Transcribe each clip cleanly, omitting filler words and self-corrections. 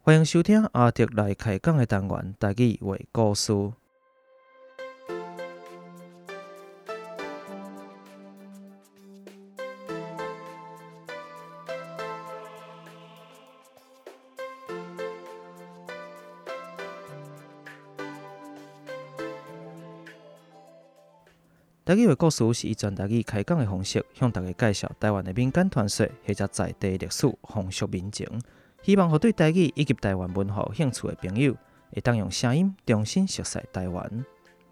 欢迎收听阿迪来开讲的单元，台语话故事。台语话故事是以全台语开讲的方式，向大家介绍台湾的民间传说或者在地历史、风俗民情。希望互对台语以及台湾文化有兴趣的朋友，会当用声音重新熟悉台湾。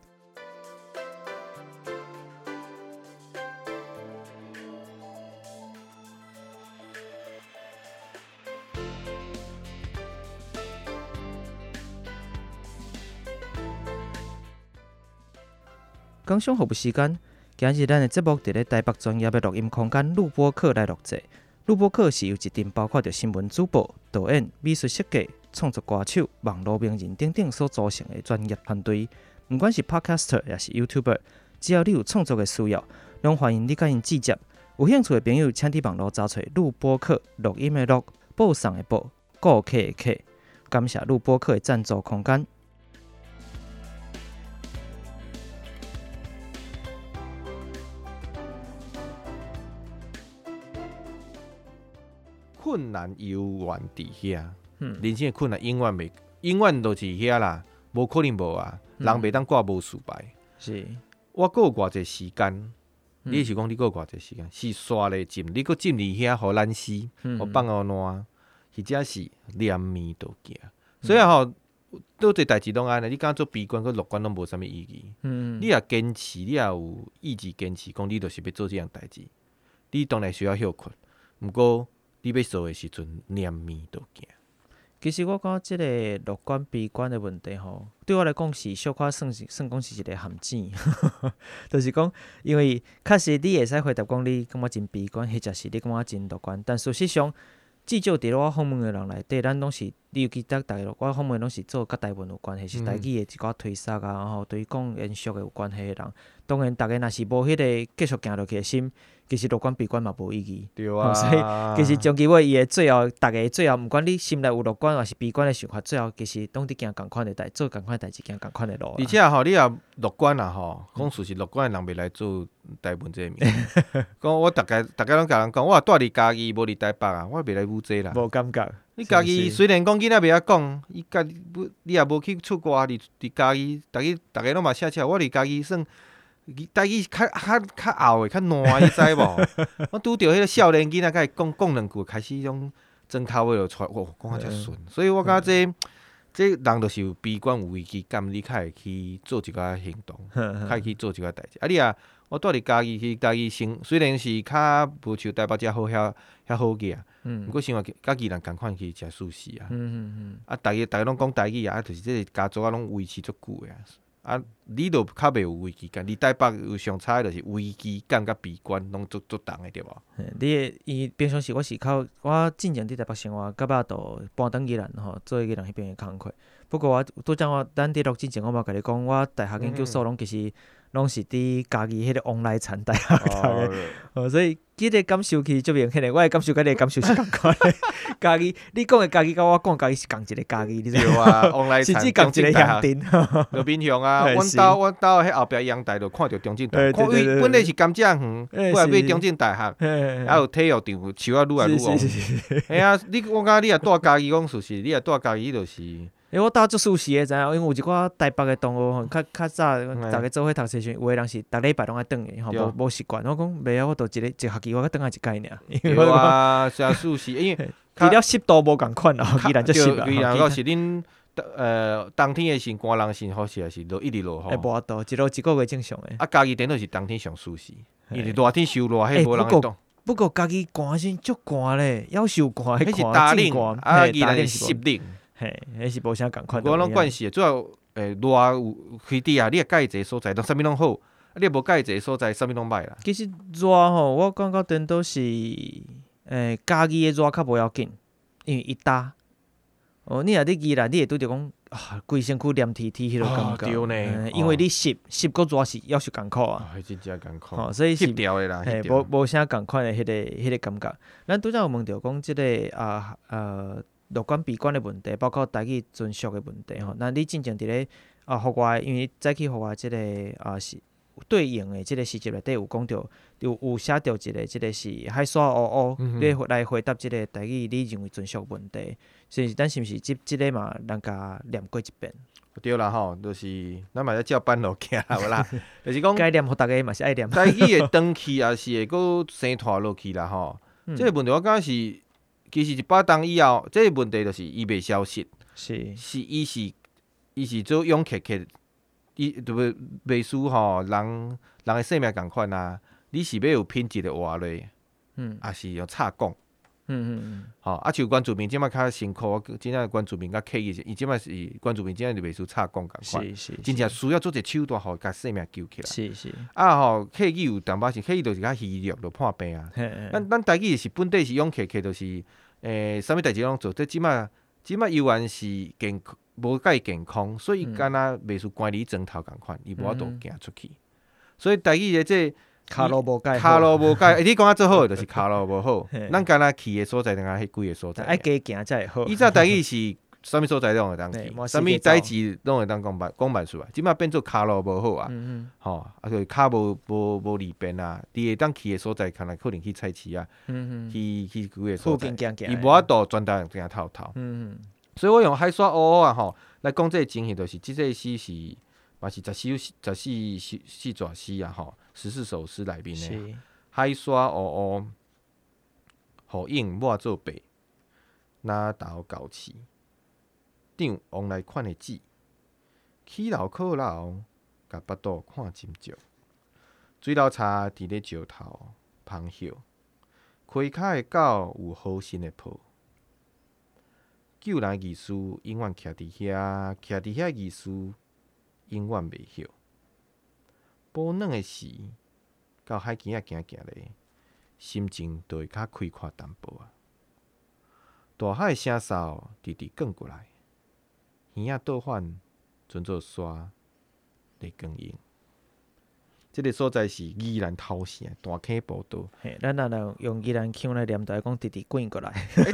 工商服务时间，今日咱的节目伫咧台北专业的录音空间录播课来录制。录播课是由一阵包括着新闻主播、导演、美术设计、创作歌手、网络名人等等所组成的专业团队。不管是 Podcaster 也是 YouTuber， 只要你有创作的需要，拢欢迎你甲因直接。有兴趣的朋友，请伫网络找找录播课、录音的录、报送的报、顾客的客。感谢录播课的赞助空间。 困难永远伫遐，人生的困难永远都是遐啦，无可能无啊，人袂当挂无失败。 是， 我还有偌济时间，你是讲你还有偌济时间？是刷咧浸，你搁浸伫遐，互咱死，互放互烂，或者是连面都行。所以吼，倒侪代志拢安尼，你敢做悲观、搁乐观拢无啥物意义。你也坚持，你也有意志坚持，讲你就是要做这样代志，你当然需要休困，毋过。你要做的时阵，连面都行。 其实我感觉即个乐观悲观的问题吼，对我来讲是小可算讲是一个陷阱，就是讲，因为确实你会使回答讲你感觉真悲观，或者是你感觉真乐观，但事实上，至少伫我访问的人内底，咱拢是，尤其大陆我访问拢是做甲台湾有关系，是台语的一寡推测啊，然后对讲延续的有关系的人，当然，大家若是无迄个继续行落去的心。其实乐观悲观嘛无意义， 对啊。 所以其实终其尾伊的最后，大家最后，毋管你心内有乐观还是悲观的想法，最后其实拢伫行共款的代，做共款的代志，行共款的路。 而且吼，你也乐观啦吼，讲事实乐观的人袂来做台湾这个物。讲我大家拢甲人讲，我住伫嘉义，无伫台北啊，我袂来舞这啦。 无感觉。 你嘉义虽然讲囡仔袂晓讲，你也无去出国，伫嘉义，大家拢嘛写，我伫嘉义算。台语较后诶，较烂，你知无？我拄着迄个少年囡仔，甲伊讲两句，开始迄种真口话就出来，讲啊遮顺。所以我感觉这人就是有悲观有危机感，你才会去做一寡行动，才会去做一寡代志。啊，你啊，我住伫嘉义，去嘉义虽然是较无像台北遮好遐好个啊，毋过生活甲宜兰共款去诚舒适啊。啊，大家拢讲台语啊，就是这个家族啊，拢维持足久诶啊。啊，你就较袂有危机感。你台北有上差的，就是危机感甲悲观拢足重的，对无？ 伊平常时我进前伫台北生活，到尾都搬转宜兰吼，做宜兰迄边的工课。不过咱伫录之前，我嘛甲你讲，我大学研究所其实拢是伫家己迄个往来田大学读的，所以迄个感受其实足明显的。我的感受甲你的感受是共款的。家己，你讲的家己，甲我讲家己是共一个家己，你知道啊？往来田， 是只共一个乡镇， 就民雄啊。阮兜迄后壁阳台就看着中正大学，本来是甘蔗园，后来变中正大学，还有体育场，树啊愈来愈旺。哎呀，我感觉你也住家己讲事实，你也住家己就是。 我住足舒适的，知影？因为有一寡台北的同学，较早大家做伙读册时，有的人是逐礼拜拢爱转的，吼，无习惯。我讲袂啊，我就一学期我转来一届尔。 对啊，是啊，舒适，因为除了湿度无共款啦，宜兰足湿啦。 宜兰是恁冬天的时寒人时好势，是落一直落雨。 无多，一个月正常的。 啊，家己顶头是冬天上舒适，因为热天受热，迄无人会动。 不过家己寒时足寒咧，夭受寒， 迄是打冷，啊，宜兰是湿冷。 嘿，迄是无啥共款。 我拢惯势，主要热有开滴啊，你也介意一个所在，啥物拢好；你也无介意一个所在，啥物拢歹啦。 其实热吼，我感觉顶多是家己的热较无要紧，因为一搭。你若伫宜兰，你会拄着讲啊，规身躯黏贴贴迄落感觉。 对呢， 因为你湿搁热是要求艰苦啊。 真正艰苦。 所以是翕掉的啦， 无啥共款的迄个感觉。咱拄则有问着讲即个乐观悲观的问题，包括台语准属的问题吼。那你真正伫咧互我，因为早起互我即个是对应的即个诗集内底有讲着，有写着一个即个是海沙乌乌，你来回答即个台语你认为准属问题，所以咱是毋是即个嘛，咱甲念过一遍？ 对啦吼，就是咱嘛在照班路行啦，有啦，就是讲该念互大家嘛是爱念。 台语的长去也是会搁生拖落去啦吼。这个问题我感觉是，其实100冬以后，这个问题就是伊袂消失，伊是做永客客，伊就袂输吼人的生命共款啊。你是要有品质的话咧，也是用插讲。吼，像原住民即摆较辛苦，真正原住民较刻意，伊即摆是原住民，真正就袂输插讲共款，真正需要做一手段，互甲生命救起来。吼，刻意有淡薄是刻意，就是较虚弱，就破病啊。咱台语是本地是永客客，就是啥物代志拢做。即摆游玩是无介健康，所以敢若袂输关离枕头共款，伊无法度行出去。所以台语的这骹路无介，你讲啊最好的就是骹路无好。咱敢若去的所在，等下迄几个所在， 爱加行才会好。 以前台语是啥物所在拢会当去，啥物代志拢会当讲办出来。即摆变做骹路无好啊，吼，就是骹无利便啊。你会当去的所在，可能去菜市啊，去几个所在，伊无法度专登行透。所以我用海沙乌乌啊吼来讲这个情形，就是即个诗是嘛是14纸诗啊吼，14首诗内面的海沙乌乌，互影抹做白，哪头高市，张往来款的纸，起楼靠楼，甲巴肚看真少，水流叉伫咧石头芳叶，开骹的狗有好心的抱。救人义士永远徛伫遐，徛伫遐义士永远袂晓。保暖的时，到海边行咧，心情就会较开阔淡薄啊。大海的声哨直直滚过来，鱼仔倒反船做沙咧光影。这个所在是宜兰头城大坑步道。 咱若用宜兰腔来念，就会讲直直滚过来。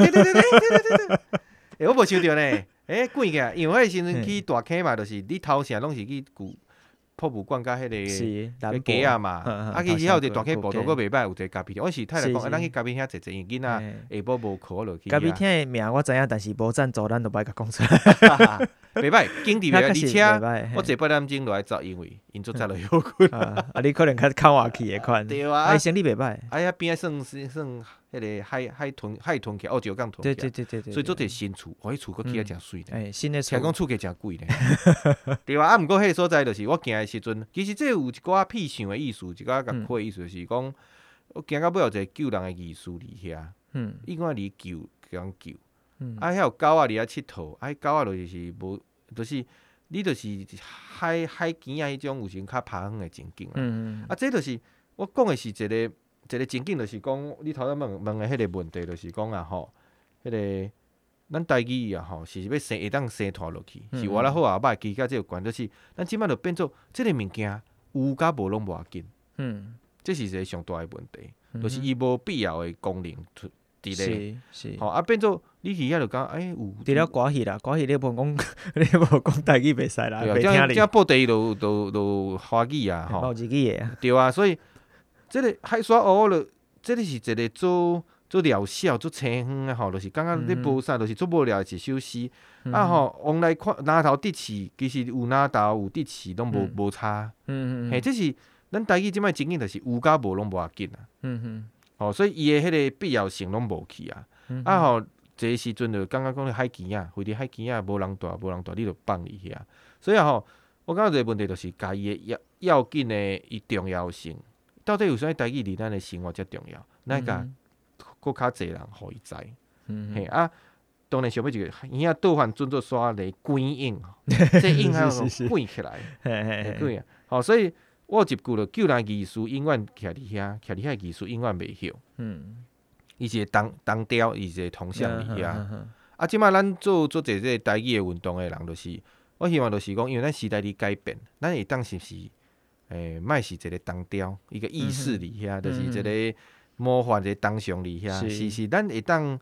对，我无想到呢，滚起来，因为迄时阵去大坑嘛，就是你头城拢是去瀑布馆甲迄个街啊嘛，其实还有一个大坑步道，佫袂歹，有一个咖啡厅。我是太太讲，咱去咖啡厅坐坐，因囡仔下晡无课落去。 咖啡厅的名我知影，但是无赞助，咱就歹甲讲出来。 袂歹，景致袂歹，而且我坐8点鐘落来走，因做早就休困。 你可能较较晚去的款。 对啊， 生理袂歹。 遐边算迄个海屯起，石港屯起。对。所以做者新厝，迄厝佫起啊真水呢。 新的厝。 听讲厝价真贵呢。对啊，毋过迄个所在就是我行的时阵，其实这有一寡屁想的意思，一寡甲苦的意思，就是讲我行到尾有一个救人的义士伫遐，伊讲离救人救。遐有狗仔伫遐佚佗，迄狗仔就是无，就是你就是海边啊迄种有时较拍远的情景啦。这就是我讲的是一个情景，就是讲你头仔问的迄个问题，就是讲啊吼，迄个咱台语啊吼，是要会当生拖落去，是活得好啊歹，其甲这有关，就是咱即摆就变做这个物件有甲无拢无要紧。这是一个上大的问题，就是伊无必要的功能。 是， 吼变做你去遐就讲，有。 除了歌戏啦，歌戏你无讲，你无讲台语袂使啦，袂听你。 这报地就华语啊， 吼。报日语的啊。 对啊，所以这个海沙乌乌了，这个是一个做疗效、做青远的吼，就是感觉你无啥，就是做无聊的一首诗。吼，往来看哪头得市，其实有哪头有得市，拢无差。这是咱台语即摆情景，就是有甲无拢无要紧啊。所以伊的迄个必要性拢无去啊。吼，这个时阵就感觉讲海边啊，非伫海边啊，无人大，你就放伊遐。所以吼，我感觉一个问题就是，家己的要紧的伊重要性，到底有啥台语离咱的生活遮重要？咱甲佫较侪人互伊知。当然想要一个鱼仔倒反转做沙咧滚影，这影还有滚起来，滚啊！好，所以。我有一句就救人义士永远徛伫遐义士永远袂晓。伊是个东调，伊是个铜像伫遐。即摆咱做这个台语的运动的人，就是我希望就是讲，因为咱时代伫改变，咱会当是莫是一个东调，一个意识伫遐，就是一个魔幻一个当象伫遐。是咱会当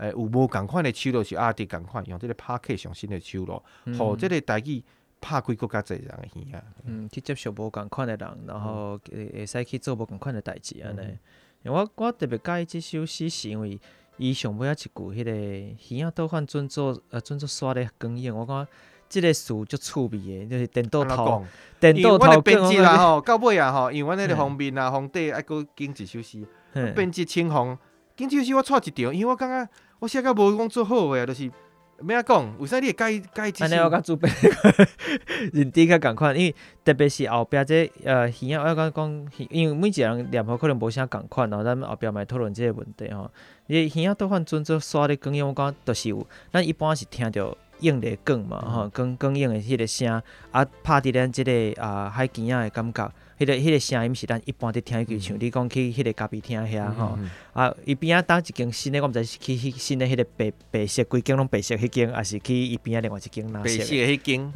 有无共款的手路是阿弟共款，用即个拍客上新的手路，互即个台语拍开更较侪人的耳啊。 去接受无共款的人，然后会使去做无共款的代志安尼。因为我特别介意即首诗，是因为伊上尾一句迄个鱼仔倒反转做刷咧光影，我感觉即个词足趣味的，就是电倒头编辑啦吼，到尾啊吼，因为阮迄个封面啊、封底爱搁经一首诗，编辑清风，经一首诗我错一条，因为我感觉我写甲无讲做好诶，就是。要安讲？为啥你会介意即首？ 安尼我甲主编认知较共款，因为特别是后壁这鱼仔，我讲，因为每一个人念法可能无啥共款，然后咱后壁嘛讨论即个问题吼。伊鱼仔倒反转做刷咧光影，我感觉就是有，咱一般是听着应咧光嘛吼，光影的迄个声，啊拍伫咱即个海边仔的感觉。迄个声音是咱一般伫听去像你讲去迄个咖啡厅遐吼，伊边仔搭一间新的，我毋知是去新的迄个白色规间拢白色迄间，还是去伊边仔另外一间蓝色。 白色迄间。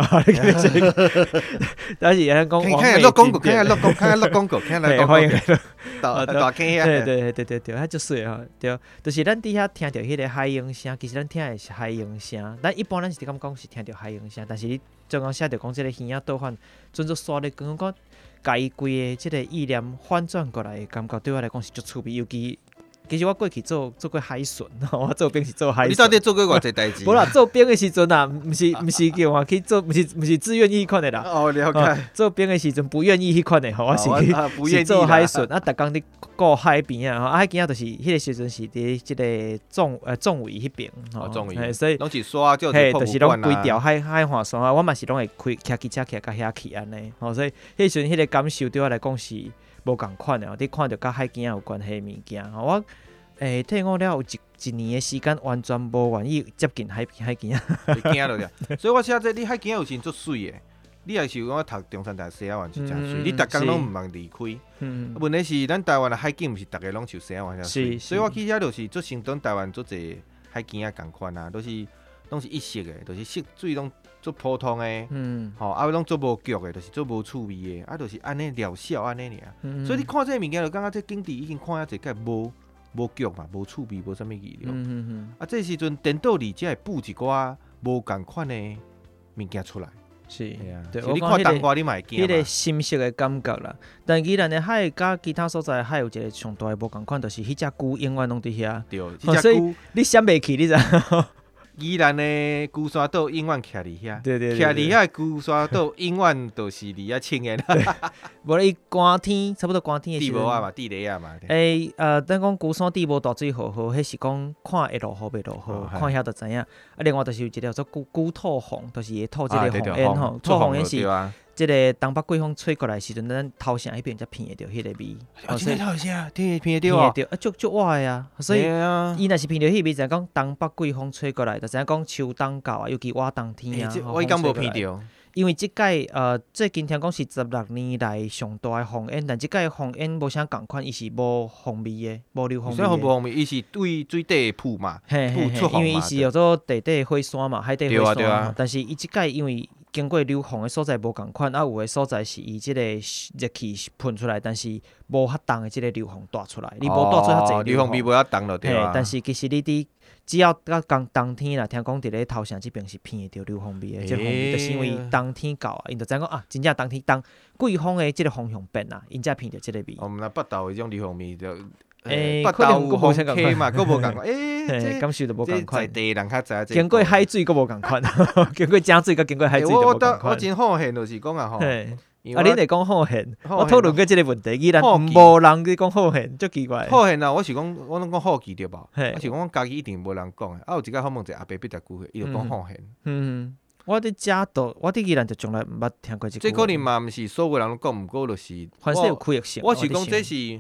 但是讲， 看下录广告，看下录广告，看下欢迎大坑遐。 对，遐足水吼，对，就是咱伫遐听着迄个海洋声，其实咱听的是海洋声，咱一般咱是感讲是听着海洋声，但是你刚刚写着讲即个鱼仔倒反，转做刷咧光，我甲伊规个即个意念反转过来的感觉，对我来讲是足趣味。尤其实我过去做过海巡，我做兵是做海巡。 你到底做过偌济代志？ 无啦，做兵的时阵啊，毋是叫我去做，毋是自愿意款的啦。 哦，了解。 做兵的时阵不愿意迄款的，我是去做海巡啊，逐工伫顾海边啊，海边啊，就是迄个时阵是伫即个纵尾迄边， 纵尾， 所以拢是刷就就是拢规条海岸线啊，我嘛是拢会开骑车骑到遐去安尼，所以迄时阵迄个感受对我来讲是无共款的。你看到甲海边有关系的物件，我退伍了有一年的时间，完全无愿意接近海边啊， 会惊落去。所以我写这你海边有时足水的。你也是讲读中山大学西仔湾是真水，你逐工拢毋茫离开。问题是咱台湾的海景毋是逐个拢像西仔湾遐水，所以我去遐就是做相当台湾足侪海景啊共款啊，拢是一色的，就是色水拢足普通的，啊拢足无局的，就是足无趣味的，啊就是安尼疗效安尼尔。所以你看这物件就感觉这景致已经看遐济，介无局嘛，无趣味，无啥物意料。啊，这时阵电脑里才会补一寡无共款的物件出来。 是， 对，你看东瓜你嘛会惊嘛？ 迄个深色的感觉啦。但宜兰的海甲其他所在的海有一个上大的无共款，就是迄只龟永远拢伫遐。 对， 所以你闪袂去，你知？ 宜兰的龟山岛永远徛伫遐， 对， 徛伫遐龟山岛永远都是伫遐清的啦。 无伊寒天，差不多寒天的时候。 地无啊嘛，地雷啊嘛。 等讲龟山地无大水好，迄是讲看会落雨袂落雨，看遐就知影。啊，另外就是有一个叫做龟吐红，就是会吐即个红烟吼，吐红烟是即个东北季风吹过来时阵，咱头城迄边才闻会着迄个味。 真诶头城，闻会着啊？ 足活的啊！所以伊若是闻着迄味，就讲东北季风吹过来，就知影讲秋冬到啊，尤其我冬天啊。 我伊敢无闻着？ 因为即届最近听讲是16年来上大的风烟，但即届风烟无啥共款，伊是无风味的，无流风味的。 无风味，伊是对水底铺嘛，铺出风嘛。 因为伊是叫做地底火山嘛，海底火山。 对啊。 但是伊即届因为经过流风的所在无共款，啊有的所在是伊即个热气喷出来，但是无遐重的即个流风带出来，你无带出遐济流风味无遐重就对啊。 但是其实你伫只要到冬天啦，听讲伫咧头城即边是闻会着流风味的，即风味就是因为冬天到啊，因就知影讲啊，真正冬天季风的即个风向变啦，因才闻着即个味。 毋那北斗迄种流风味就北斗有风溪嘛，佫无共款。 感受就无共款。 在地人较知。 经过海水佫无共款，经过江水佮经过海水就无共款。 我真好现就是讲啊吼。 啊，恁会讲好现？我讨论过即个问题，依然无人去讲好现，足奇怪。 好现啊，我是讲，我拢讲好奇对无？我是讲家己一定无人讲的。啊，有一个好问者阿伯比较久岁，伊就讲好现。 我伫遮度，我伫宜兰就从来毋捌听过即个。 这可能嘛，毋是所有人拢讲，毋过就是。 凡是有区域性。 我是讲这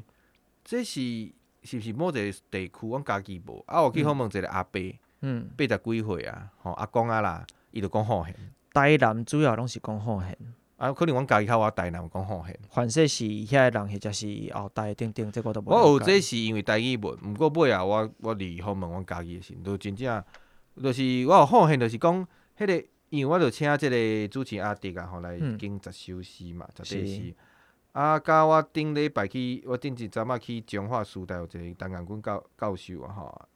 是不是某一个地区阮家己无？啊，我去好问一个阿伯，80几岁啊，阿公啊啦，伊就讲好现。 台南主要拢是讲好现。 啊，可能阮家己较我台南讲好现。 凡说是遐个人，或者是后台等，这我都无。 我学这是因为台语文，毋过尾啊，我离好问阮家己的时，就真正，就是我有好现，就是讲迄个，因为我就请即个主持人阿迪啊，来经10首诗嘛，10首诗。啊，甲我顶礼拜去，我顶一阵仔去彰化师大有一个陈彦君教授啊，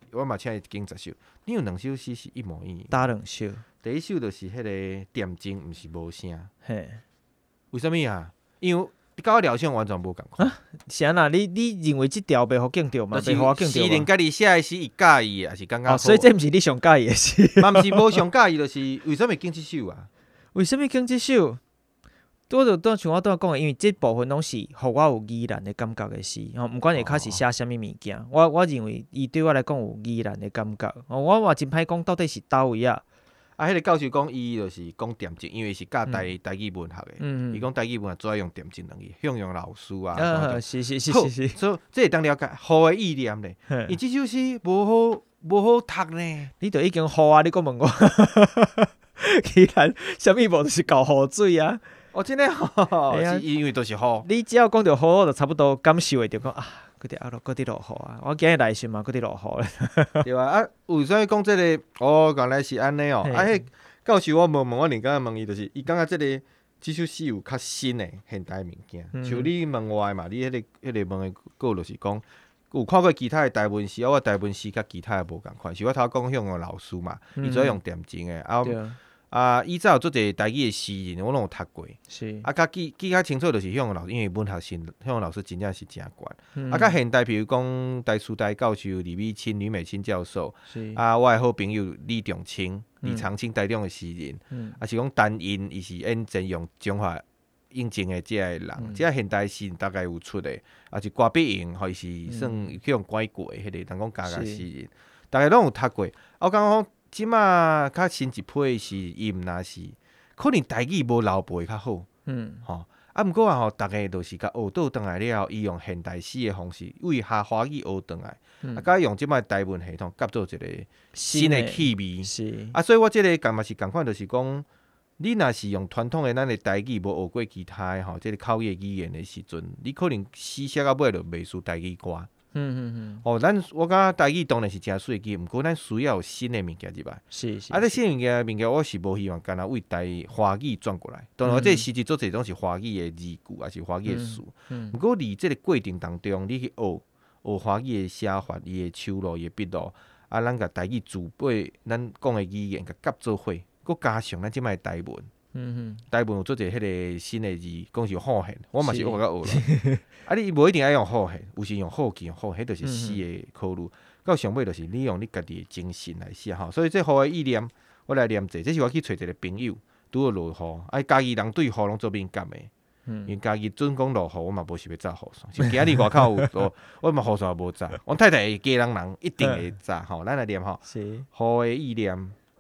我嘛请伊经10首，你有2首诗是一模一样。 打2首， 第一首就是迄个点睛，毋是无声。 嘿， 为什么啊？因为你甲我疗伤完全无共款。 是安那？你认为即条袂互敬着嘛？袂互我敬诗人着嘛？ 家己写的诗，伊介意的，还是感觉好？ 所以这毋是你上介意的事。 嘛毋是无上介意，就是为什么经即首啊？ 为什么敬即首？像我拄仔讲的，因为即部分拢是互我有依然的感觉的诗，毋管下骹是写啥物物件，我认为伊对我来讲有依然的感觉。我嘛真歹讲到底是倒位啊。 迄个教授讲，伊就是讲点睛，因为是教台语文学的，伊讲台语文学主要用点睛两字，向阳老师啊。 是， 所以这会当了解好的意念咧。伊即首诗无好读呢。 你著已经好啊！你搁问我，既然啥物无就是搞雨水啊？ 真诶吼，是因为都是好。 你只要讲着好，我就差不多感受会着讲啊，搁伫落雨啊！我今日来时嘛，搁伫落雨咧。 对啊，为啥物讲即个？原来是安尼哦。迄教授我无问，我另外问伊，就是伊感觉即首诗有较新诶现代物件。像你问我嘛，你迄个问诶个就是讲，有看过其他诶台文诗，我台文诗甲其他诶无共款。是我头讲向阳老师嘛，伊主要用点睛诶。以前有做者台语诶诗人，我拢有读过。 是。 较记较清楚，就是向阳老师，因为文学性，向阳老师真正是真悬。较现代，譬如讲台师大教授李美清教授，我诶好朋友李长青、李长青台中诶诗人，是讲陈因，伊是演真用中华应征诶即个人，即个现代诗人大概有出诶，是郭碧莹，伊是算去用拐过迄个，当讲家诗人，大家拢有读过。我感觉即马较新一批是伊毋若是，可能台语无老辈较好，毋过逐个都是甲学倒转来了后，伊用现代诗的方式为华语学转来，甲用即摆台文系统夹做一个新的气味。所以我即个感觉是共款，就是讲，你若是用传统的咱的台语无学过其他的即个口语语言的时阵，你可能诗写到尾就袂输台语歌。我感觉台语当然是真水机，毋过咱需要有新的物件入来。 是。 这新的物件，我是无希望干那为华语转过来。当然，这诗集做者拢是华语的字句，还是华语的词。毋过伫这个过程当中，你去学华语的写法，伊的手路，伊的笔路，咱甲台语自背，咱讲的语言甲夹做伙，佮加上咱即摆台文。台文有做者迄个新的字，讲是好现，我嘛是学到学啦。你无一定爱用好现，有时用好记用好，迄就是诗的考虑。到上尾就是你用你家己的精神来写吼。所以这雨的意念，我来念者，这是我去找一个朋友，拄好落雨，家己人对雨拢做敏感的。因为家己准讲落雨，我嘛无想要炸雨伞。像今日外口有落，我嘛雨伞也无炸。阮太太家人一定会炸吼。咱来念吼。雨的意念。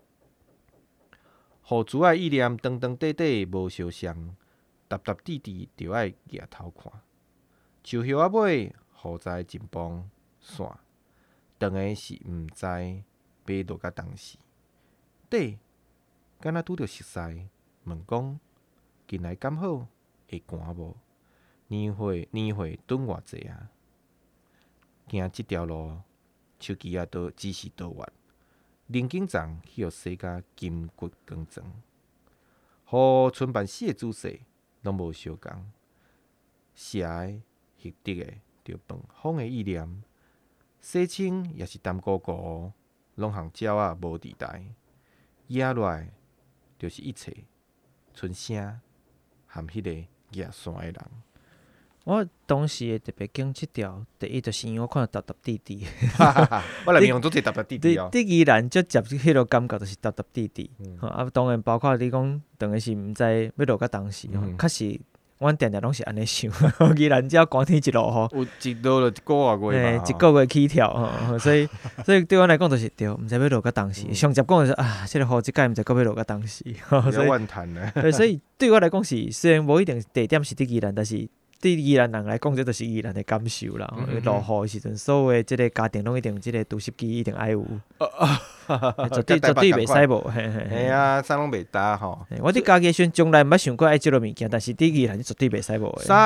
雨珠仔意念，长长短短无相像，踏踏滴滴就爱举头看。树叶仔尾，雨在一帮线，长的是毋知爬落甲当时。底，敢若拄着熟悉，问讲近来敢好会寒无？年岁短偌济啊？行即条路，手机仔都只是倒弯。灵景藏去互洗甲筋骨光壮，互春办死的姿势拢无相共，写的、翕得的着饭风的意念，洗清也是淡糊糊，拢项鸟仔无地带，野落来就是一切春声含迄个野山的人。 我当时会特别拣即条，第一就是因为我看到踏踏滴滴， 我内面用做者踏踏滴滴哦。 你依然足接迄落感觉就是踏踏滴滴，当然包括你讲，当然是毋知要落到当时，确实阮定定拢是安尼想，依然只要寒天一落雨， 有一落就一个月嘛， 一个月起跳，所以对我来讲就是对，毋知要落到当时。上集讲就是即个雨即届毋知要落到当时，所以对我来讲是虽然无一定地点是伫宜兰，但是。对宜兰人来讲，这就是宜兰的感受啦。落雨的时阵，所有的即个家庭拢一定即个除湿机一定爱有，绝对袂使无。 嘿啊，啥拢袂搭吼。 我伫家己时阵从来毋捌想过爱即落物件，但是伫宜兰绝对袂使无。 啥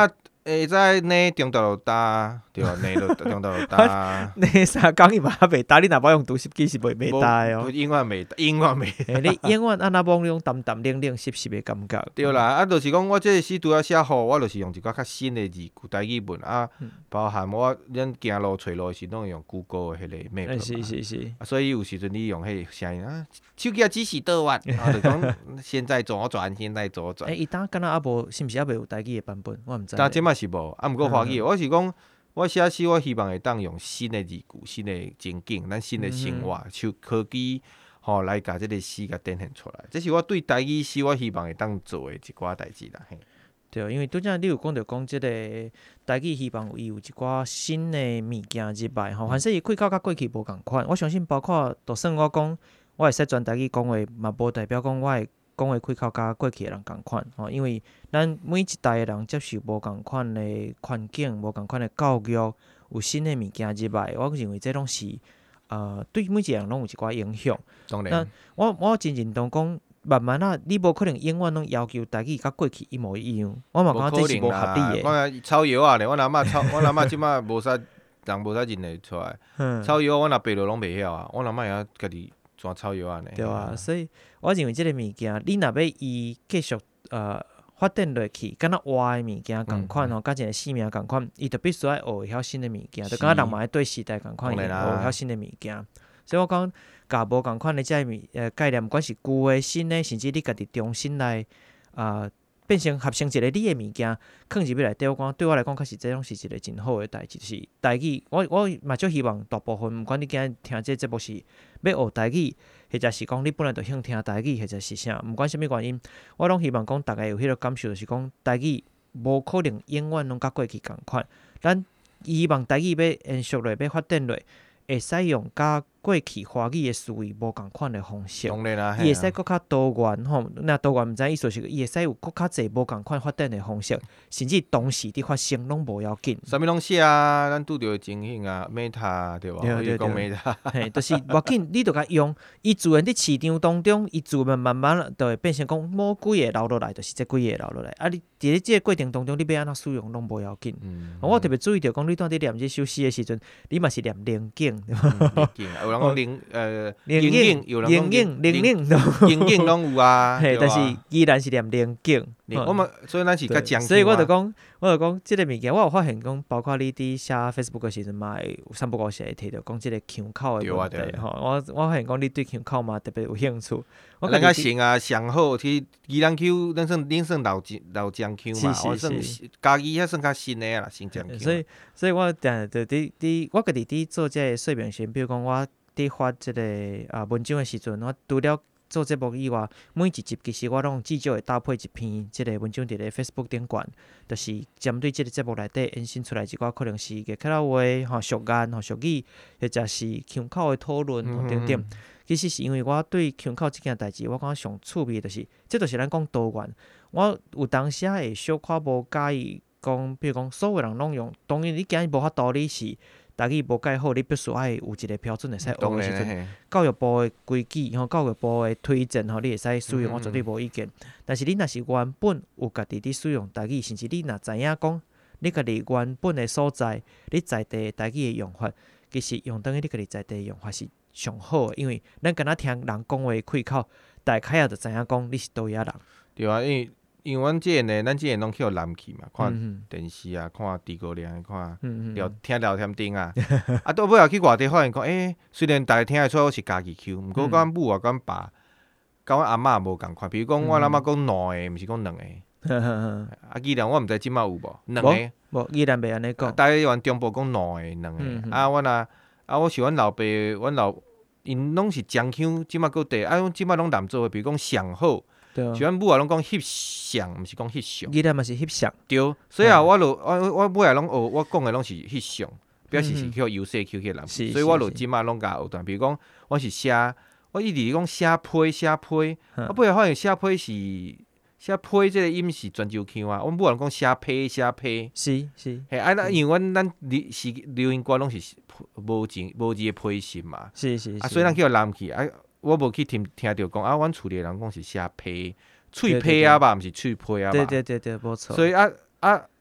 会使呢中昼就打，对啊，呢就中昼就打。 你3工伊嘛还袂打，你若无用读书机是袂打的哦。 永远袂，永远袂。 你永远安那无用淡淡冷冷湿湿的感觉。 对啦，啊，就是讲我这时拄要写好，我就是用一寡较新的字句台语文啊，包含咱行路找路是拢用 Google 的迄个 map 嘛。 是。 所以有时阵你用迄个声音啊，手机指示倒弯，啊，就讲现在左转，现在左转。 伊当敢若还无，是毋是还袂有台语的版本？我毋知。 但即摆是无，啊，毋过华语，我是讲。我写诗，我希望会当用新的字句、新的情景、咱新的生活，像科技来甲即个诗甲展现出来。这是我对台语诗，我希望会当做的一寡代志啦。 对，因为拄则你有讲到讲即个台语，希望伊有一寡新的物件入来吼，凡说伊开口甲过去无共款。我相信，包括就算我讲，我会使全台语讲话，嘛无代表讲我会讲话开口甲过去的人共款吼，因为咱每一代的人接受无共款的环境，无共款的教育，有新的物件入来，我认为这拢是对每一个人拢有一寡影响。 当然， 我真认同讲，慢慢啊，你无可能永远拢要求台语甲过去一模一样，我嘛感觉这是无合理的。 我抄药啊咧，我阿嬷即摆无啥人无啥认得出来。抄药我若爬落拢袂晓啊，我阿嬷会晓家己怎抄药啊呢？ 对啊，所以我认为即个物件，你若要伊继续发展落去，敢若活的物件共款吼，甲一个生命共款，伊就必须要学会晓新的物件，就敢若人嘛爱对时代共款，学会晓新的物件。所以我讲，甲无共款的即个概念，毋管是旧的、新的，甚至你家己重新来变成合成一个你的物件，放入内底，我讲对我来讲，确实这种是一个真好的代志。就是台语，我嘛足希望大部分，毋管你今日听这节目是要学台语，或者是讲你本来就想听台语，或者是啥，毋管啥物原因，我拢希望讲大家有迄个感受，就是讲台语无可能永远拢甲过去共款。咱希望台语要延续落，要发展落，会使用甲过去华语的思维无共款的方式， 当然啦， 伊会使更较多元吼。那多元毋知意思是，伊会使有更较侪无共款发展的方式，甚至同时伫发生拢无要紧。 啥物拢写啊，咱拄着的情形啊 ，Meta 对无？ 对， 讲 Meta， 嘿，就是无要紧，你著甲用，伊自然伫市场当中，伊自然慢慢就会变成讲某几个留落来，就是这几个留落来。啊，你伫咧即个过程当中，你要安怎使用拢无要紧。我特别注意到讲，你当伫念即首诗的时阵，你嘛是念宁静， 宁静，有人讲宁有人讲宁静拢有啊， 嘿，但是依然是念宁静。 我们所以咱是较讲究。 所以我就讲，即个物件，我有发现讲，包括你伫写 Facebook 的时阵嘛，会有三不五时会提到讲即个腔口的问题吼。我发现讲你对腔口嘛特别有兴趣。 咱较新啊，上好去宜兰腔，咱算老江腔嘛，我算家己遐算较新的啦，新江腔。 所以我定就伫我家己伫做即个说明时，比如讲我伫发即个文章的时阵，我除了做节目以外，每一集其实我拢至少会搭配一篇即个文章伫咧 Facebook 顶悬，就是针对即个节目内底延伸出来一寡可能是个客家话、俗谚、俗语，或者是腔口的讨论等等。其实是因为我对腔口即件代志，我感觉上趣味，就是即就是咱讲多元。我有当时会小可无介意讲，比如讲所有人拢用，当然你今日无法度你是。台语无介好，你必须爱有一个标准会使学的时阵，教育部的规矩教育部的推荐你会使使用，我绝对无意见。但是你若是原本有家己伫使用台语，甚至你若知影讲你家己原本的所在，你在地台语的用法，其实用等于你家己在地的用法是上好的，因为咱敢若听人讲话开口，大概也就知影讲你是倒遐人。 对啊，因为阮即个呢，咱即个拢去互南去嘛，看电视啊，看诸葛亮，看听聊天顶啊，啊，到尾也去外地发现讲，虽然大家听得出我是家己腔，毋过阮母啊，阮爸，甲阮阿嬷无共款。比如讲，阮阿嬷讲两个，毋是讲两个。啊，既然我毋知即摆有无两个。 无，依然袂安尼讲。 台湾中部讲两个。啊，我是阮老爸，因拢是江腔，即摆搁地，啊，即摆拢南做，比如讲上好。像阮母啊，拢讲翕相，毋是讲翕相。 伊咱嘛是翕相。 对，所以啊，我尾啊拢学，我讲的拢是翕相，表示是叫由细 Q 去南。所以我就即摆拢甲学段，比如讲我是写，我一直讲写批，我尾啊发现写批即个音是泉州腔啊，阮母啊讲写批。 是。 嘿，啊，因为咱是流行歌拢是无字的批信嘛。 是。 啊，所以咱叫南去啊。我无去听到讲啊，阮厝里人讲是写批，喙批啊吧，毋是喙批啊吧。 对，无错。 所以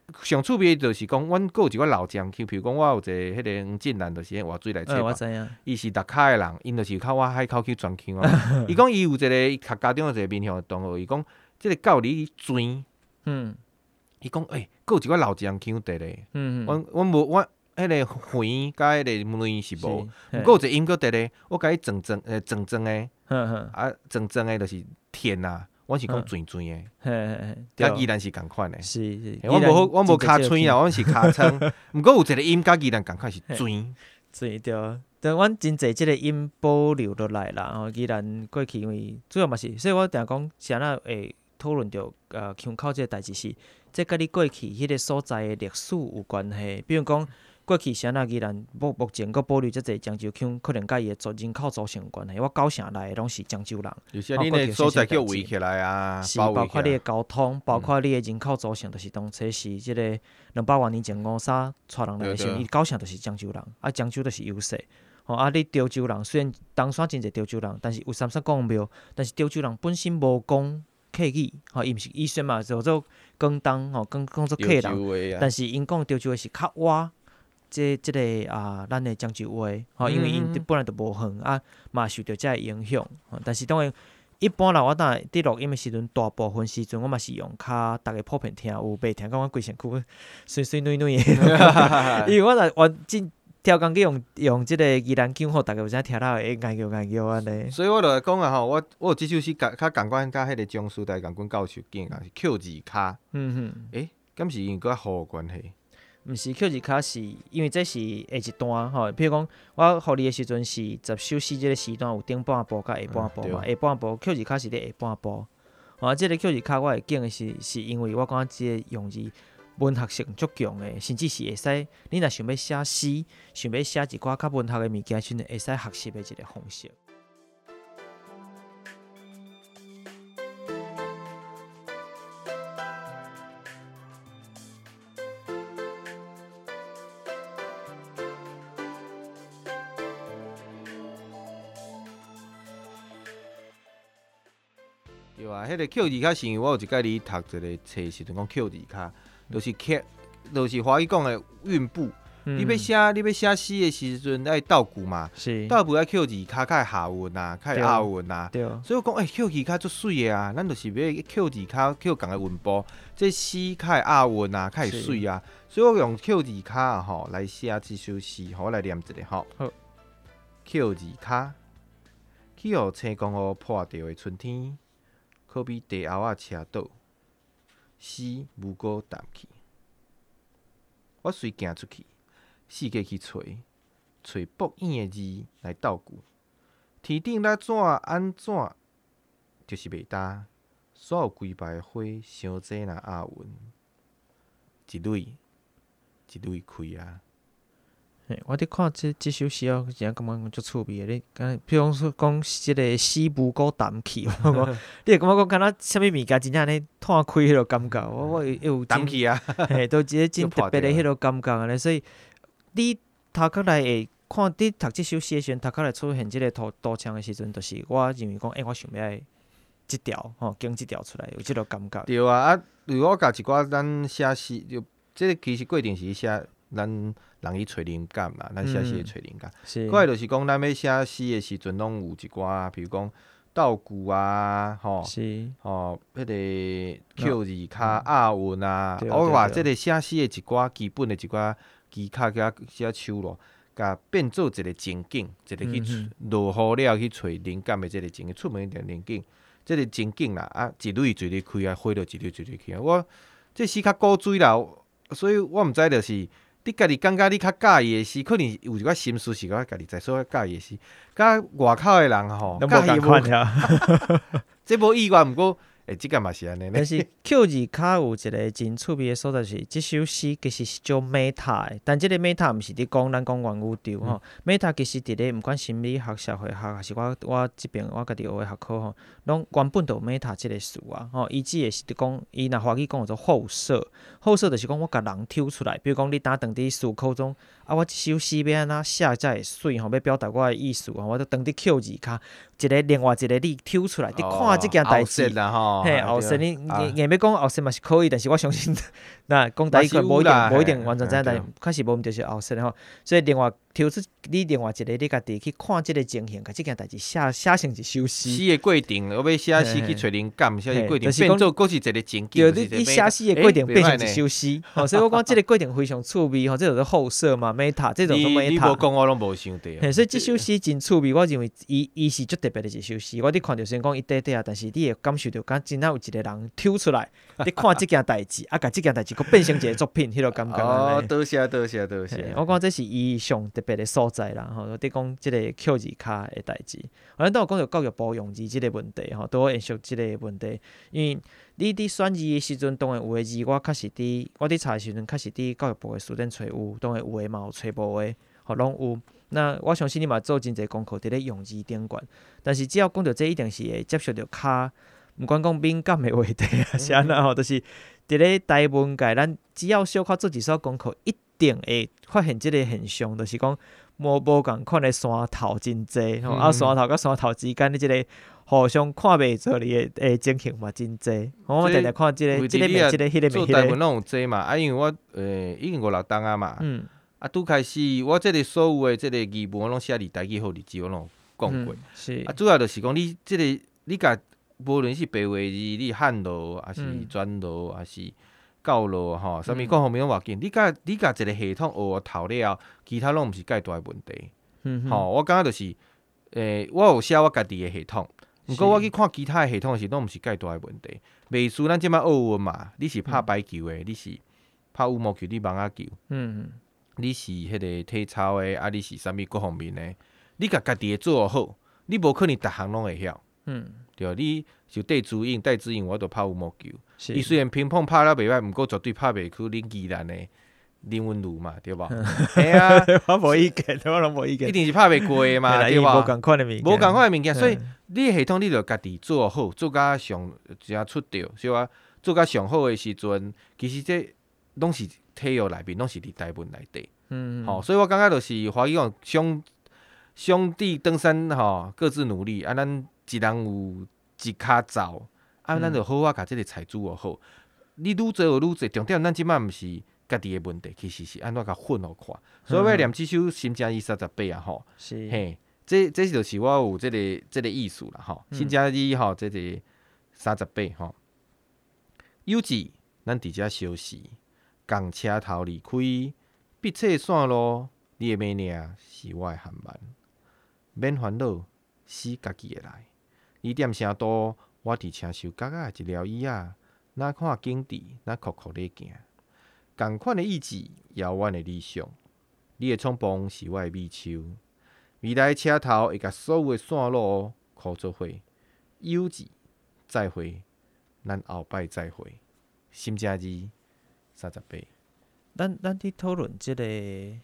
上趣味就是讲，阮还有一个老将去，譬如讲我有一个迄个黄进兰，就是活水来切吧。 我知影。 伊是六卡的人，因就是靠我海口去转腔哦。伊讲伊有一个家中有一个面向的同学，伊讲即个教你转。伊讲还有一个老将腔伫咧。阮无我迄个圆甲迄个面是无，毋过有一个音搁伫咧，我甲伊装的，装的就是甜啊。阮是讲转的，甲宜兰是共款的。 是， 阮无尻川啊，阮是尻川。毋过有一个音甲宜兰共款是转。 对，但阮真侪即个音保留落来啦。吼，宜兰过去因为主要嘛是，所以我定讲是安那会讨论着腔口即个代志是，这甲你过去迄个所在的历史有关系。比如讲过去是安那宜兰目前佫保留遮侪漳州腔，可能甲伊的人口组成有关系。我九城内拢是漳州人， 有些恁的所在叫围起来啊， 是包括你的交通，包括你的人口组成，就是当初是即个200多年前五沙带人来的时候，伊九城就是漳州人，漳州就是优势。你潮州人虽然东山真侪潮州人，但是有33公庙，但是潮州人本身无讲客语，伊毋是伊虽然嘛叫做广东，讲做客人，但是因讲潮州话是较歪。即个咱的漳州话，因为因本来就无远嘛受到遮影响。但是当然，一般啦，我当伫录音的时阵，大部分时阵我嘛是用较大家普遍听有袂听讲我规身躯水水软软的，因为我真超工去用即个宜兰腔，互大家有啥听到会研究安尼。 所以我就来讲啊吼，我有即首诗较共款，甲迄个江苏台共阮教授讲啊，是 Q 字卡。敢是因佮好有关系？ 毋是 Q 字卡，是因为这是下一段吼。譬如讲，我互你的时阵是10首诗，即个时段有顶半部甲下半部嘛。下半部 Q 字卡是咧下半部。即个 Q 字卡我会拣的是因为我感觉即个用字文学性足强的，甚至是会使你若想要写诗，想要写一寡较文学的物件，时阵会使学习的一个方式。 对啊，迄个 Q 字卡是因为我有一摆哩读一个册时阵讲 Q 字卡，就是华语讲的韵部。你要写诗的时阵爱倒句嘛，倒句爱 Q 字卡，较会下韵啊，较会押韵啊。所以我讲Q 字卡足水的啊，咱就是要 Q 字卡 Q 共个韵部，这诗较会押韵啊，较会水啊。所以我用 Q 字卡啊吼来写这首诗，我来念一下吼。Q 字卡，去互青光雨破掉的春天。可比地后仔车倒，诗无过淡去。我随行出去，四界去找博眼的字来倒句。天顶来怎安怎，就是袂搭。所有规排的花，伤济若押韵，一蕊一蕊开啊。 我伫看即首诗哦，真感觉足趣味的。你比如讲即个诗无过淡去，你会感觉讲敢若啥物物件真正咧摊开迄落感觉，我有淡去啊， 都一个真特别的迄落感觉咧。所以你头壳内会看你读即首诗的时阵，头壳内出现即个图像的时阵，就是我认为讲，我想要即条经即条出来，有即落感觉。 对啊，如果我甲一寡咱写诗，就即个其实过程是写咱人去找灵感啦，咱写诗会找灵感。过来就是讲，咱要写诗的时阵，拢有一寡，比如讲倒句啊，迄个 Q 字卡押韵啊，我话即个写诗的一寡基本的一寡技巧甲写手路，甲变做一个情景，一个去落雨了去找灵感的即个情景，出门一定灵景，即个情景啦，一蕊一蕊开啊，花就一蕊一蕊开啊。我这诗较古锥啦，所以我毋知就是。你家己感觉你较介意的诗，可能有一寡心思是我家己在所介意的诗，甲外口的人吼， 介意无？ 这无意外，毋过即个嘛是安尼。 但是 Q 字卡有一个真趣味的所在是，即首诗其实是做 meta 的，但即个 meta 毋是伫讲咱讲元宇宙吼，meta 其实伫咧毋管心理学、社会学，还是我即边我家己学的学科吼，拢原本就有 meta 即个词啊，伊指的是伫讲，伊若华语讲做后设，后设就是讲我甲人抽出来，比如讲你打长伫思考中，我即首诗要安怎写才会水吼，要表达我的意思吼，我就当伫 Q 字卡， 另外一个你抽出来，你看即件代志。嘿，后生你硬要讲后生嘛是可以，但是我相信，那讲台语可无一定完全知，但确实无毋就是后生吼。所以另外抽出你另外一个你家己去看即个情形，甲即件代志写成一首诗。 诗的过程，我要写诗去找灵感，写的过程变做佫是一个情景。 对，你写诗的过程变成一首诗，所以我讲即个过程非常趣味吼，这就是后设嘛，meta 这种都 meta。 你无讲我拢无想到。 所以这首诗真趣味，我认为伊是足特别的一首诗。我伫看着虽然讲伊短短啊，但是你会感受到，敢真有一个人抽出来，你看即件代志，甲即件代志佫变成一个作品，迄个感觉。 哦，多谢。 我讲这是伊上特别的所在啦，吼，你讲即个扣字卡的代志。咱都有讲到教育部用字即个问题，吼，都有延续即个问题。因为你伫选字的时阵，当然有的字我确实我伫查的时阵，确实伫教育部的书店找有，当然有的嘛有找无的，吼，拢有。那我相信你嘛做真侪功课伫咧用字顶悬，但是只要讲到这一定是会接受到较，毋管讲敏感的话题啊，是安那吼，就是伫咧台文界，咱只要小可做一手功课，一定会发现即个现象，就是讲无共款的山头真济，吼、啊山头甲山头之间的即个互相看袂做哩的情形嘛真济。我定定看即个面，即个面，迄个做台文拢有济嘛，啊，因为我已经5、6档啊嘛。啊，拄开始我即个所有的即个字文，我拢写伫台语或日字，我拢有讲过。 是啊，主要就是讲你即个你甲无论是白话字，你汉罗，还是转罗，还是教罗吼，啥物各方面拢要紧。你甲一个系统学透了，其他拢毋是介大的问题。我感觉就是我有写我家己的系统，毋过我去看其他的系统是拢毋是介大的问题。袂输咱即摆学文嘛，你是拍排球的，你是拍羽毛球，你网仔球。你是迄个体操的，啊，你是啥物各方面的？你甲家己的做好，你无可能逐项拢会晓。对，你就戴资颖，我都拍羽毛球。伊虽然乒乓拍了袂歹，毋过绝对拍袂去恁宜兰的林文如嘛，对无？嘿啊， 我无意见，我拢无意见。 一定是拍袂过的嘛，对无？ 无共款的物件， 无共款的物件，所以你的系统你着家己做好，做甲上正出着，是吧？做甲上好的时阵，其实这拢是。体育内面拢是伫台文内底，所以我感觉就是华语讲兄弟登山各自努力，啊，咱一人有一骹走，啊，咱就好好甲即个财主学好。你愈做就愈济，重点咱即摆毋是家己的问题，其实是安怎甲混互看。所以我要念即首《心正义38》啊，吼，嘿，这就是我有即个意思啦，吼，《心正义》吼，即个38吼，有志咱伫遮相识。共车头离开，笔册线路，你的命令是我的航班。免烦恼，死家己会来。你踮啥多，我伫车手角仔一条椅仔，哪看景致，哪酷酷咧行。共款的意志，遥远的理想。你的创帮是我的美手。未来车头会甲所有的线路靠做伙。有志，再会，咱后摆再会。心正字。38， 咱伫讨论即个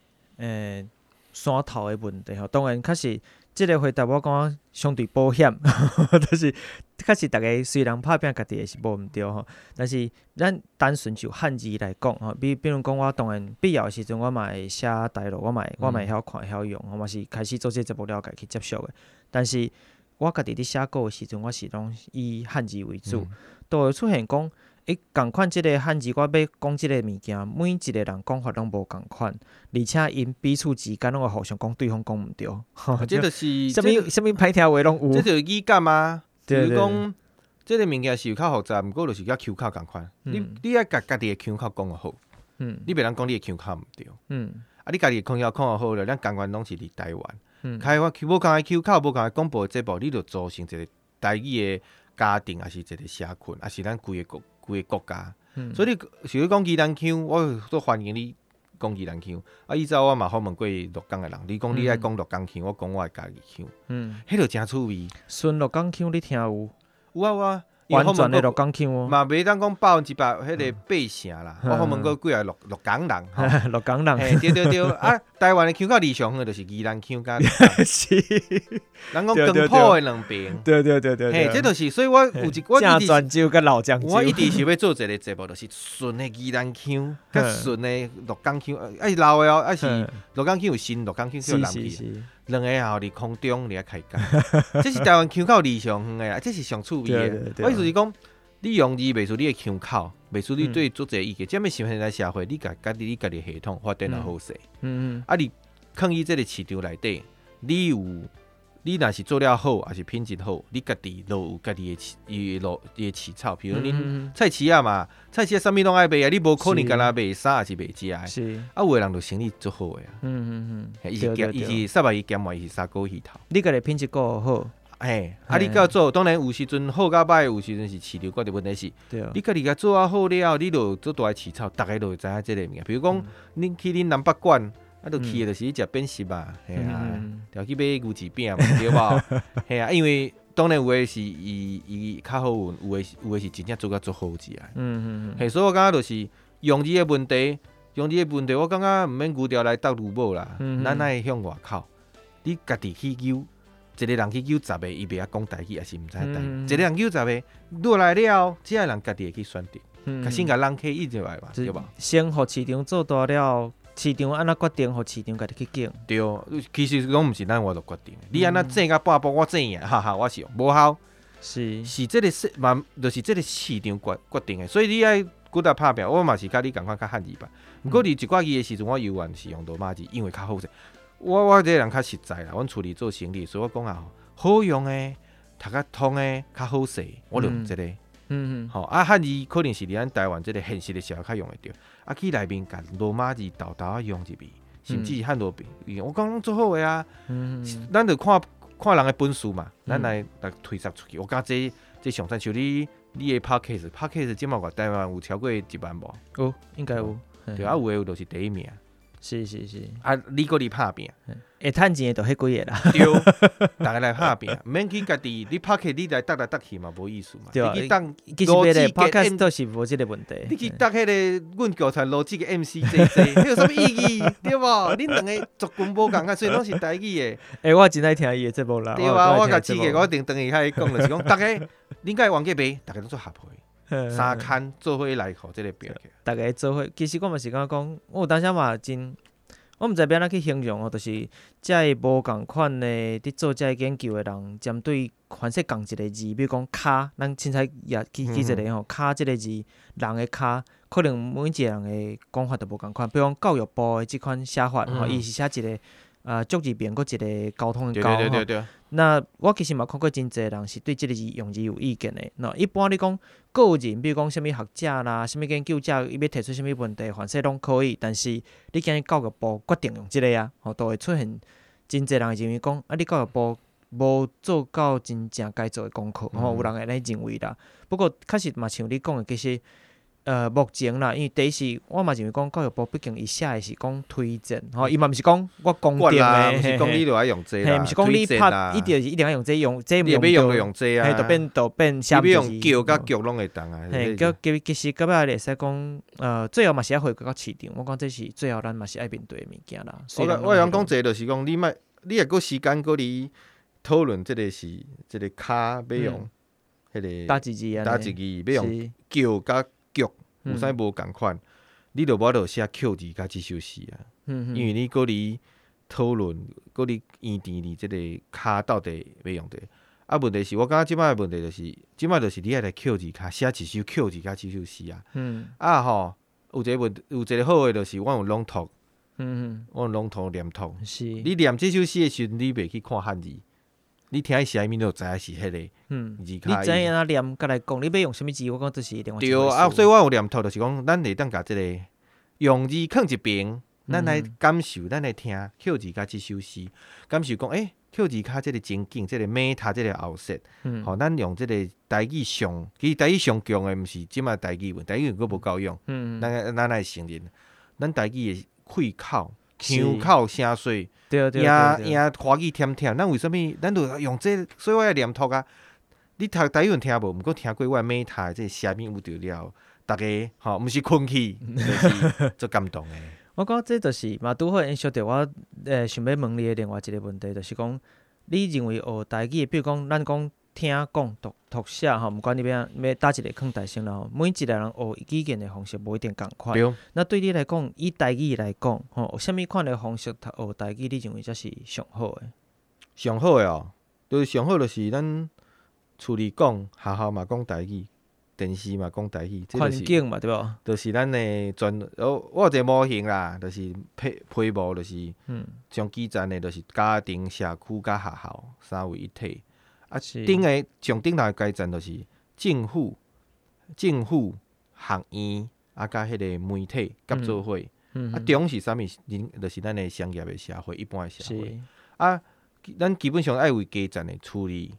山头的问题吼，当然确实即个回答我讲相对保险，就是确实大家虽然拍拼家己的是无毋对吼，但是咱单纯就汉字来讲吼，比如讲我当然必要的时阵我嘛会写台语，我嘛会晓看晓用，我嘛是开始做这节目了解去接受的，但是我家己伫写稿的时阵，我是拢以汉字为主，都会出现讲。共款即个汉字，我要讲即个物件，每一个人讲法拢无共款，而且因彼此之间拢会互相讲对方讲毋对， 这就是啥物歹听话拢有。 这就是语感啊，就是讲即个物件是有较复杂，毋过就是甲腔口共款。你爱家己的腔口讲好，你袂当讲你的腔口毋对。啊，你家己的腔口讲好了，咱共款拢是伫台湾，开发无共个腔口，无共个广播节目，你就组成一个台语的家庭，还是一个社群，还是咱规个国家，所以你是讲宜兰腔，我都欢迎你讲宜兰腔。啊，以前我嘛访问过鹿港的人，你讲你爱讲鹿港腔，我讲我的家己腔，迄就真趣味。 纯鹿港腔你听有？ 有啊。 完全的鹿港腔哦， 嘛袂当讲100%迄个8成啦。我访问过几个鹿港人， 鹿港人， 对啊，台湾的腔较理想的就是宜兰腔甲。 是， 人讲光谱的两边。 对， 嘿，这就是所以我有我正泉州甲老漳州， 我一直是要做一个节目，就是纯的宜兰腔，甲纯的鹿港腔，老的哦，是鹿港腔有新，鹿港腔有南去。 两个吼伫空中咧开讲，这是台湾腔口离上远的啦，这是上趣味的。我意思是讲，你用字袂出你的腔口，袂出你对做者意见，这么现在社会，你家己你家己系统发展得好势。啊，你放伊这个市场内底，你若是做了好，还是品质好，你家己都有家己的起草。比如恁菜市啊嘛，菜市啊啥物拢爱卖啊，你无可能干那卖衫还是卖食的。 是啊，有的人就生意做好的啊。伊是煞伊兼嘛，伊是砂锅鱼头。 你家己品质够好， 啊，你甲做，当然有时阵好甲歹，有时阵是市场决定问题是。你家己甲做啊好了，你就做大个起草，大家就会知影即个物件。比如讲，恁去恁南北馆。啊，就去的就是食扁食嘛，系啊，就去买牛舌饼嘛，对无？系啊，因为当然有诶是伊较好运，有诶是真正做甲做好起来。嘿，所以我感觉就是用字诶问题，我感觉毋免牛条来斗鲁母啦，咱爱向外口，你家己去揪，一个人去揪10个，伊袂晓讲台语，也是毋知台语。一个人揪10个，落来了，即个人家己会去选择，甲先甲人客意入来嘛，对无？ 先互市场做大了。市场安怎决定，互市场家己去拣。 对，其实拢毋是咱我就决定的。你安怎整甲半步，我整赢，哈哈，我是无效。是这个就是这个市场决定的。所以你爱骨力拍拼，我嘛是甲你共款较汉字吧。毋过你一寡字的时阵，我永远是用罗马字，因为较好势。我这个人较实在啦，阮处理做生意，所以我讲啊，好用的、读较通的、较好势，我就用这个。好啊，汉字可能是伫咱台湾这个现实的社会较用会着。啊，去内面甲罗马字豆豆啊用入去，甚至是汉罗笔，我讲拢做好个啊。咱就看人的本事嘛，咱来推销出去。我讲这上山像你的 podcast 即马台湾有超过1万无？ 有，应该有。 对啊，有诶就是第一名。 是。 啊，你搁伫拍拼， 会趁钱诶，就迄几个啦。 对，大家来拍拼，毋免去家己，你拍起你来搭来搭去嘛，无意思嘛。 对啊， 你去当其实别个 podcast 都是无即个问题。 你去搭迄个阮教材逻辑个 MCJJ，迄有啥物意义？对无？恁两个族群无共啊，所以拢是台语诶。 我真爱听伊诶节目啦。 对啊，我甲几个我定等伊遐讲就是讲，大家恁甲王家卖，大家拢做合配。3刊做伙来互即个标起， 大家做伙。其实我嘛是感觉讲，我有当时嘛真，我毋知要安怎去形容哦，就是遮个无共款的伫做遮个研究的人，针对凡说共一个字，比如讲骹，咱凊彩也记一个吼，骹即个字，人的骹，可能每一个人的讲法都无共款。比如讲教育部的即款写法吼，伊是写一个足字边，搁一个交通的交吼。 对。 那我其实嘛看过真侪人是对即个字用字有意见的。那一般你讲个人，比如讲啥物学者啦、啥物研究者，伊要提出啥物问题，凡说拢可以。但是你今日教育部决定用即个啊，吼，都会出现真侪人会认为讲，啊，你教育部无做到真正该做的功课，吼，有人会安尼认为啦。不过确实嘛，像你讲的，其实。目前啦，因为第一是，我嘛认为讲教育部毕竟伊写的是讲推荐，吼，伊嘛毋是讲我公定的， 毋是讲你就爱用这啦， 毋是讲你拍一定要用这用这你要用就用这啊， 就变啥物事， 你要用叫甲叫拢会当啊。 嘿，其实到尾会使讲，最后嘛是要回归到市场，我讲这是最后咱嘛是爱面对的物件啦。 我想讲这就是讲，你也搁时间搁伫讨论这个是这个骹要用迄个打字字要用叫甲。有啥无共款？你就无得写 Q 字甲即首诗啊，因为你搁伫讨论，搁伫验证你即个骹到底要用对。啊，问题是我感觉即摆的问题就是，即摆就是你爱来 Q 字骹写一首 Q 字甲即首诗啊。啊吼，有一个好诶，就是我用朗读，我用朗读念读。是，你念即首诗诶时阵，你袂去看汉字。你听伊写面就知影是迄个字骹。 你知影啊念，甲来讲，你要用啥物字？我讲这是另外一回事。 对啊，所以我有念头，就是讲，咱会当甲即个用字放一边，咱来感受，咱来听 Q 字甲即首诗，感受讲，Q 字骹即个情景，即个美塔，即个后设，吼，咱用即个台语上，其实台语上强诶，毋是即摆台语文，台语佫无够用，咱来承认，咱台语诶开口。腔口声碎，赢华语甜甜，咱为什物？咱就用这个，所以我要念读啊。你读台语听无？毋过听过我美台这写面有着了，大家吼，毋是困去，就是足感动诶。 我讲这就是嘛，拄好延续着我想要问你的另外一个问题，就是讲，你认为学台语，比如讲咱讲听讲读写吼，毋管你要搭一个坑台生啦，每一个人学语言的方式无一定共款。那对你来讲，以台语来讲，吼，有啥物款的方式学台语，你认为才是上好的？ 上好的哦，就是上好就是咱厝里讲，学校嘛讲台语，电视嘛讲台语， 环境嘛对无？ 就是咱的我有一个模型啦，就是批模，就是上基站的，就是家庭、社区甲学校三位一体。啊，顶头的阶层就是政府、学院啊，甲迄个媒体合作伙。啊，中是啥物？就是咱的商业的社会，一般的社会。啊，咱基本上爱为基层的处理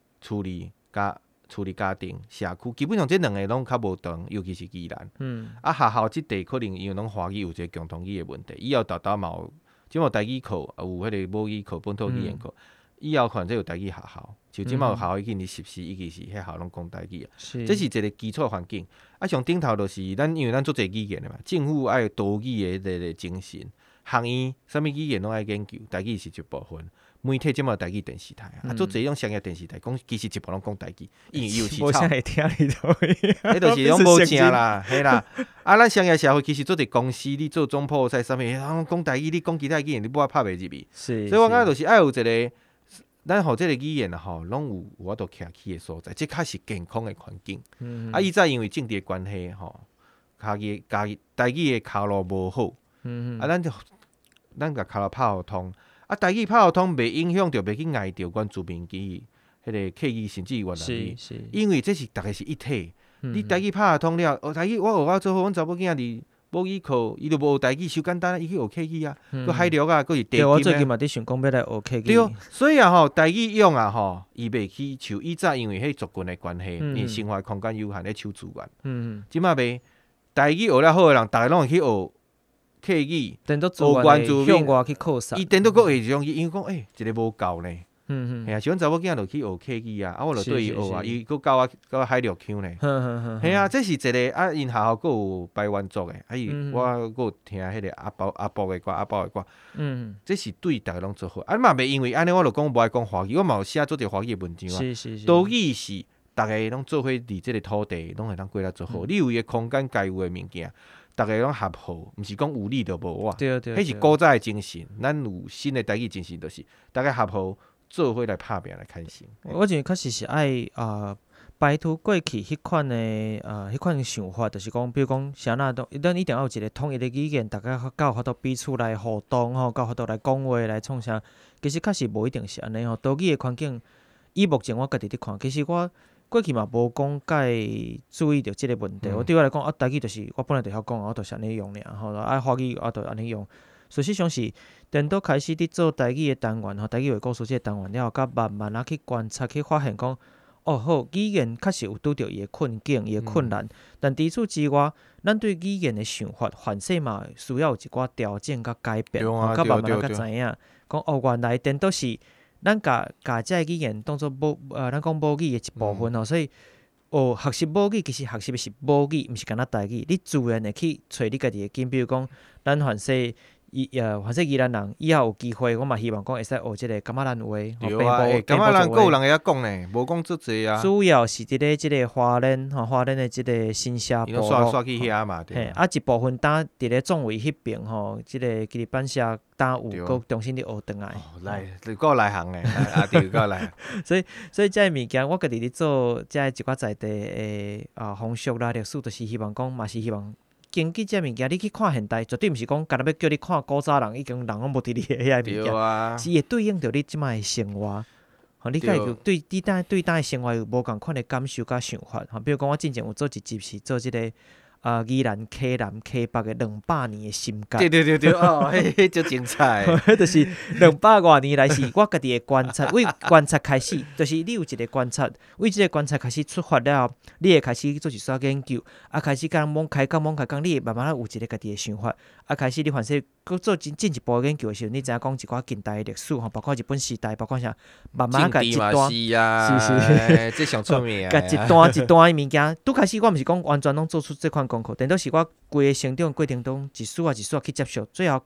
家庭、社区，基本上这两个拢较无同，尤其是宜兰。啊，学校即地可能因为拢华语有一个共同语的问题，以后豆嘛有，即有台语课，有迄个母语课、本土语言课。以后可能这有台语学校，就即有学校已经伫实施，已经是迄校拢讲台语啊。这是一个基础环境。啊，上顶头就是因为咱做侪语言的嘛，政府爱多语的迄个精神，学院啥物语言拢爱研究，台语是一部分。媒体即有台语电视台啊，做侪种商业电视台，讲其实一部拢讲台语，因为有市场。 无啥会听你都， 迄就是拢无正啦，嘿啦。啊，咱商业社会其实做伫公司，你做总铺在啥物，讲台语，你讲其他语言，你不爱拍袂入去。所以我感觉就是爱有一个。咱互即个语言吼，拢有法度徛起的所在，即较是健康的环境。啊，以前因为政治的关系吼，台语的骹路无好。啊，咱甲骹路拍互通。啊，台语拍互通，袂影响着，袂去碍着原住民及迄个客语甚至于越南语。因为这是逐个是一体。你台语拍互通了，台语我学做好，阮查某囝伫。母语课，伊就无学台语，伤简单，伊去学客语啊，佮海陆啊，佮是地金啊。对， 我最近嘛伫想讲要来学客语。 对，所以啊台语用啊伊袂去像以早，因为迄族群的关系，因生活空间有限，咧抢资源。即马袂台语学了好的人，逐个拢会去学客语， 学原住民向外去扩散。 伊等到佫会种，因为讲一个无够呢。嘿啊，像阮查某囝就去学客语啊，我就对伊学啊，伊佫教我海陆腔呢。嘿啊，这是一个啊，因学校佫有排湾族的，我佫有听迄个阿伯的歌，这是对逐个拢做好。啊，嘛袂因为安尼，我就讲无爱讲华语，我嘛有写做者华语的文章啊。道义是逐个拢做伙伫即个土地，拢会当过来做好。你有伊个空间，该有的物件，逐个拢合好，毋是讲有你就无我。 对， 迄是古早的精神，咱有新的台语精神，就是逐个合好。做伙来拍拼来开心。 我认为确实是爱摆脱过去迄款的想法，就是讲，比如讲，啥那都咱一定要有一个统一的语言，大家才有法度彼此来互动吼，才有法度来讲话来创啥。其实确实无一定是安尼吼。岛语的环境，以目前我家己伫看，其实我过去嘛无讲介注意到即个问题。对我来讲，台语就是我本来就晓讲，我就是安尼用尔吼。华语我就安尼用。事实上是，等到开始伫做台语的单元吼，台语的故事即个单元了后，甲慢慢去观察去发现讲，好，语言确实有拄着伊的困境、伊的困难，但除此之外，咱对语言的想法、范式嘛，需要有一寡调整甲改变，甲慢慢甲知影，讲原来等到是咱甲即个语言当做咱讲母语的一部分吼，所以学习母语其实学习的是母语，毋是干那台语，你自然会去找你家己的根，比如讲咱范式。反正宜兰人以后有机会，我嘛希望讲会使学即个感仔兰话， 对啊，感仔兰有人会晓讲呢，无讲足济啊。 主要是伫咧即个花莲的即个新社部落， 刷去遐嘛，对。 啊，一部分伫咧壮围迄边吼，即个吉里板社有佮重新伫学转来。 来，你够来行诶，啊对，够来。 所以即个物件，我家己伫做即个一寡在地诶风俗啦、历史，就是希望讲，嘛是希望。经济这物件，你去看现代，绝对毋是讲，干那要叫你看古早人已经人拢无伫你遐物件，是会对应着你即摆的生活。你甲伊对当的生活有无共款的感受甲想法。比如讲，我之前有做一集是做即个宜兰溪南溪北的200年的心结。 对，迄足精彩。 迄就是200多年来是我家己的观察，为观察开始，就是你有一个观察，为即个观察开始出发了后，你会开始做一撮研究，开始甲人猛开讲，你会慢慢有一个家己的想法，开始你反正搁做进一步的研究的时候，你知影讲一寡近代的历史包括日本时代，包括啥，慢慢甲一段， 是，这上出名甲一段的物件，拄开始我毋是讲完全拢做出这款功课，但都是我规个成长过程中一丝仔去接受，最后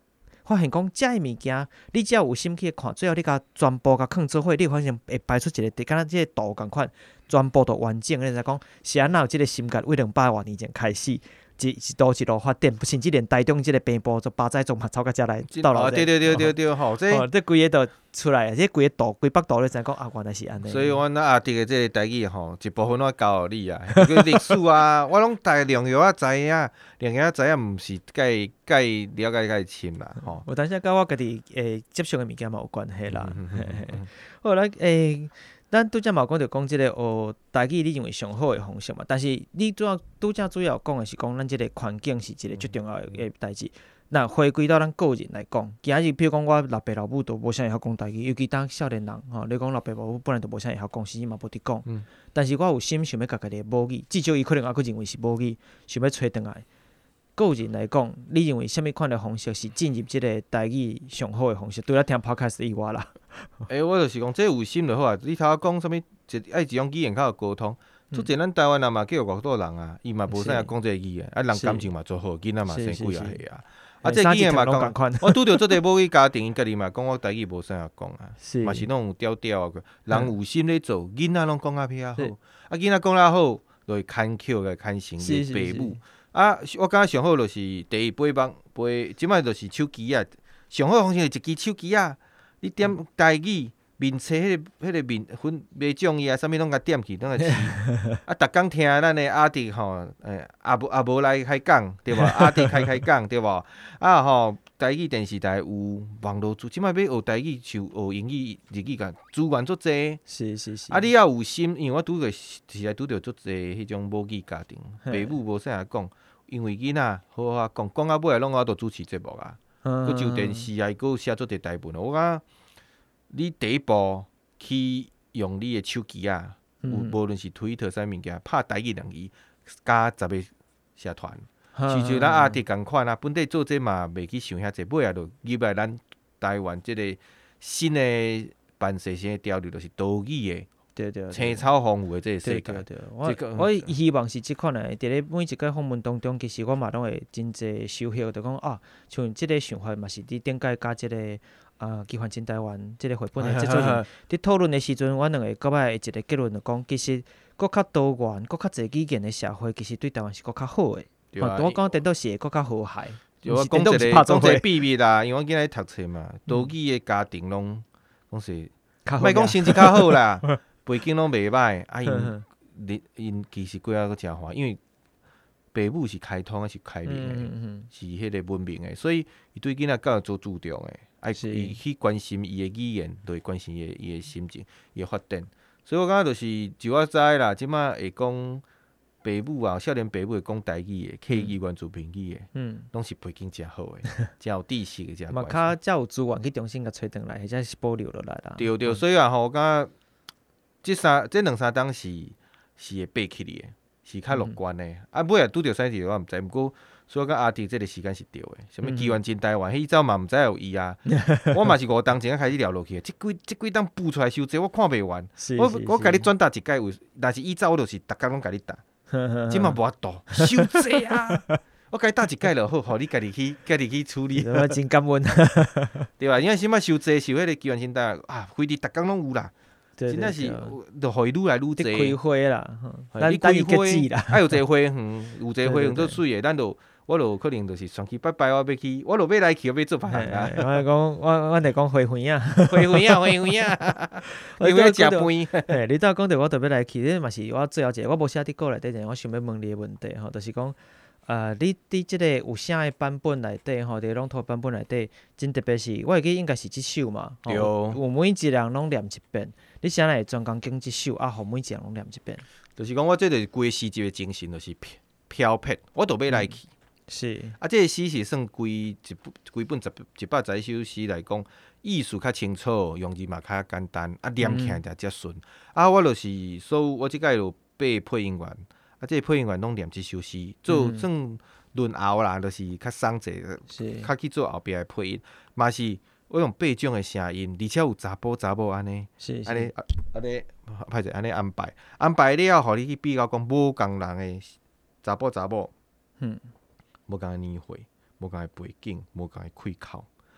发现讲遮个物件，你只要有心去看，最后你甲全部甲放做伙，你发现会排出一个，敢若即个图共款，全部都完整。你知讲是安那有即个心结，为200多年前开始。一路发展，甚至连台中即个平埔做巴仔种嘛，走到遮来到了。 对，吼， 这规个都出来，这规个图规北图，你知讲啊，原来是安尼。 所以阮阿弟的即个台语吼，一部分我教互你啊，历史啊，我拢大量啊知影，毋是甲伊了解甲伊深啦，吼。 有当时甲我家己接触的物件嘛有关系啦。好来咱拄则嘛有讲即个学台语，你认为上好的方式嘛？但是你拄则主要讲的是讲咱即个环境是一个最重要的代志。那回归到咱个人来讲，今日比如讲我老爸老母都无啥会晓讲台语，尤其当少年人吼，你讲老爸老母本来就无啥会晓讲，甚至嘛无伫讲。但是我有心想要甲家己的母语，至少伊可能还佫认为是母语，想要找转来。个人来讲，你认为什么款的方式是进入即个台语上好的方式？除了听 podcast 以外啦。 我就是讲，这有心就好啊。你头仔讲啥物，爱一种语言较有沟通。做者咱台湾人嘛，叫外岛人啊，伊嘛无啥讲这个语言，人感情嘛做好，囡仔嘛生几啊岁啊。这语言嘛讲，我拄着做者母语家庭，因家己嘛讲我台语无啥讲啊，嘛是拢有调调啊。人有心咧做，囡仔拢讲较好。囡仔讲较好，就会牵口个牵成伊父母。我感觉上好就是第一陪，即摆就是手机啊。上好方式是一支手机啊，你点台语面册迄个面粉袂种伊啊，啥物拢甲点去，拢甲试。逐工听咱的阿弟吼，也无来开讲对无？阿弟开讲对无？台语电视台有网络即摆要学台语，像学英语、日语甲资源足济。 是。 你要有心，因为我拄着足济迄种母语家庭，爸母无啥讲。因为囡仔好啊讲到尾拢我都主持节目啊，佫上电视啊，佫写做一台本。我感觉你第一步去用你的手机啊，无论是推特啥物件，拍台语2字，加10个社团，是咱阿弟共款啊。本地做这嘛袂去想遐济，尾啊就入来咱台湾即个新的办事性的潮流，就是岛语的。 对， 青草丰富的这个世界。 对，我希望是即款的。伫咧每一个访问当中，其实我嘛拢会真侪收获，就讲像即个想法嘛是伫顶届甲即个奇幻真台湾即个绘本的制作人，伫讨论的时阵，阮两个到尾一个结论就讲，其实搁较多元、搁较侪语言的社会，其实对台湾是搁较好的。我讲颠倒是会搁较和谐。 我讲一个秘密啦，因为我今日读册嘛，岛语的家庭拢是，莫讲成绩较好啦。背景拢袂歹，因其实过啊个诚欢，因为爸母是开通，是开明的，是迄个文明的，所以伊对囡仔教育做注重的，爱伊去关心伊的语言，就会关心伊的心情，伊的发展。所以我感觉就是就我知啦，即摆会讲爸母啊，少年爸母会讲台语的，客语、原住民语的，拢是背景诚好的，诚有知识的， 嘛较有资源去重新甲找转来，或者是保留落来啦。 对，所以我感觉。这2-3档是会爬起的，是较乐观的。尾也拄着啥事我毋知，毋过所以我讲阿弟这个时间是对的。什么奇幻真台湾，迄早嘛毋知有伊啊。我嘛是5档前开始聊落去，即几档补出来收济，我看袂完。我甲你转达一届有，但是以早我就是逐工拢甲你答，即嘛无法度收济啊。我甲你答一届就好，互你家己去处理。 真感恩， 对吧？因为什么收济，收迄个奇幻真台湾非得逐工拢有啦。真正是，就互伊愈来愈济。 开花啦， 你开花，有一个花园，有一个花园做水的，我就可能就是长期拜拜，我就要来去，我要做别行啊。 我讲，我得讲花园啊， 花园啊，因为食饭。 你拄讲着我特别来去，这嘛是我最后一个，我无写伫稿内底，我想要问你的问题吼，就是讲。你伫即个有声的版本内底吼，伫朗读版本内底，真特别是，我会记应该是即首嘛，有每一人拢念一遍。你啥会专工拣即首互每一人拢念一遍？ 就是讲我这就是规诗集的精神，就是飘撇，我都要来去。 是这个诗是算规本110首诗来讲，意思较清楚，用字嘛较简单，念起来才顺。我就是我即届就8配音员。这配音员拢念即首诗，做算轮后啦，就是较送者，较去做后壁的配音，嘛是我用8种的声音，而且有查甫安尼，歹势安尼安排了，互你去比较讲无共人的查甫，无共的年岁，无共的背景，无共的开口，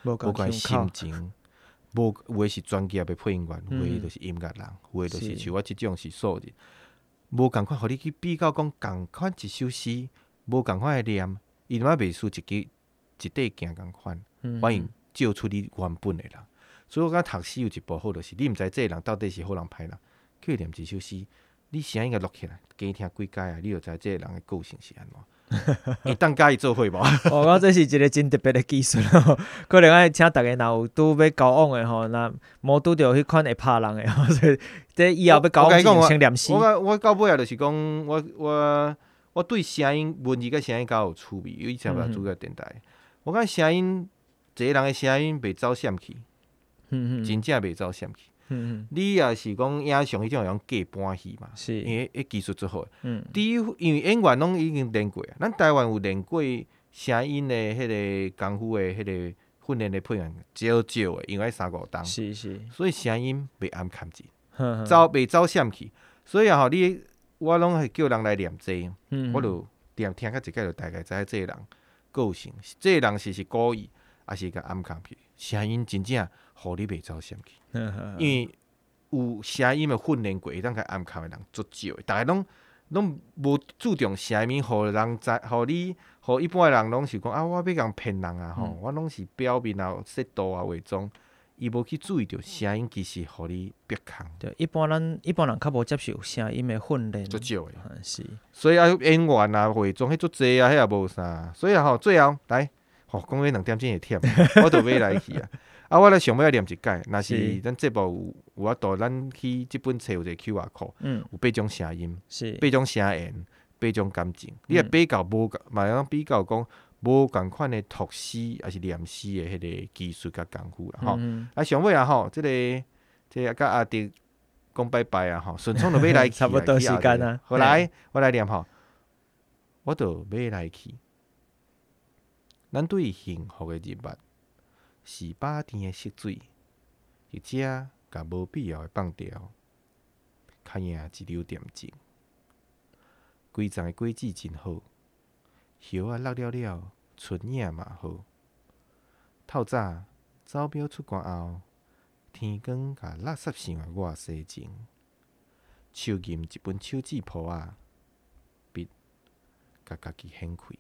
无无管心靠， 情，无有诶是专业诶配音员，有诶就是音乐人，有诶就是是像我即种是素人，无共款，互你去比较讲共款一首诗，无共款诶念，伊嘛袂输一块镜共款，反而照出你原本诶人。所以我感觉读诗有一部好，就是你毋知这个人到底是好人歹人，去念一首诗，你声音甲录起来，加听几解啊，你就知这个人诶个性是安怎。会当甲伊做伙无？ 我讲这是一个真特别的技术咯，可能爱请大家若有拄要交往的吼，若无拄着迄款会拍人的吼，所以这以后要交往就先念诗。 我到尾啊，就是讲我对声音文字甲声音较有趣味，因为以前嘛主要电台，我感觉声音一个人的声音袂走闪去，真正袂走闪去。你也是讲影像迄种用假搬戏嘛， 是因为技术最好的。因为演员拢已经练过啊，咱台湾有练过声音的迄个功夫的迄个训练的配员少的，因为3-5档， 是， 所以声音袂暗砍字， 袂走闪去。所以啊，吼我拢会叫人来念这，我就听较一解，就大概知影这个人个性，这个人是故意，还是甲暗砍去，声音真正互你袂走闪去。因为有声音的训练过，会当甲暗砍的人足少的，大家拢无注重声音，互人知，互一般的人拢是讲啊，我要共骗人啊吼，我拢是表面啊、适度啊伪装，伊无去注意到声音其实互你逼空。 对，一般人较无接受声音的训练， 足少的， 是。 所以啊，演员啊、伪装迄足济啊，迄也无啥。所以啊，最后来，讲迄2点钟会忝，我就要来去啊。啊，我来想要念一解，若是咱节目有法度，咱去即本册有一个 QR code，有8种声音， 是 8种声言，8种感情，你也比较无，嘛通比较讲无共款的读诗还是念诗的迄个技术甲功夫啦吼。啊，上尾啊吼，即个甲阿迪讲拜拜啊吼，顺畅就要来去， 差不多时间啊。 好来，我来念吼，我就要来去。咱对幸福的日捌。是饱甜的色水，或者甲无必要的放掉，较赢一流点睛。规丛的果子真好，叶啊落了了，春影嘛好。透早走表出关后，天光甲垃圾想的我西前，手吟一本手指谱啊，笔甲家己掀开，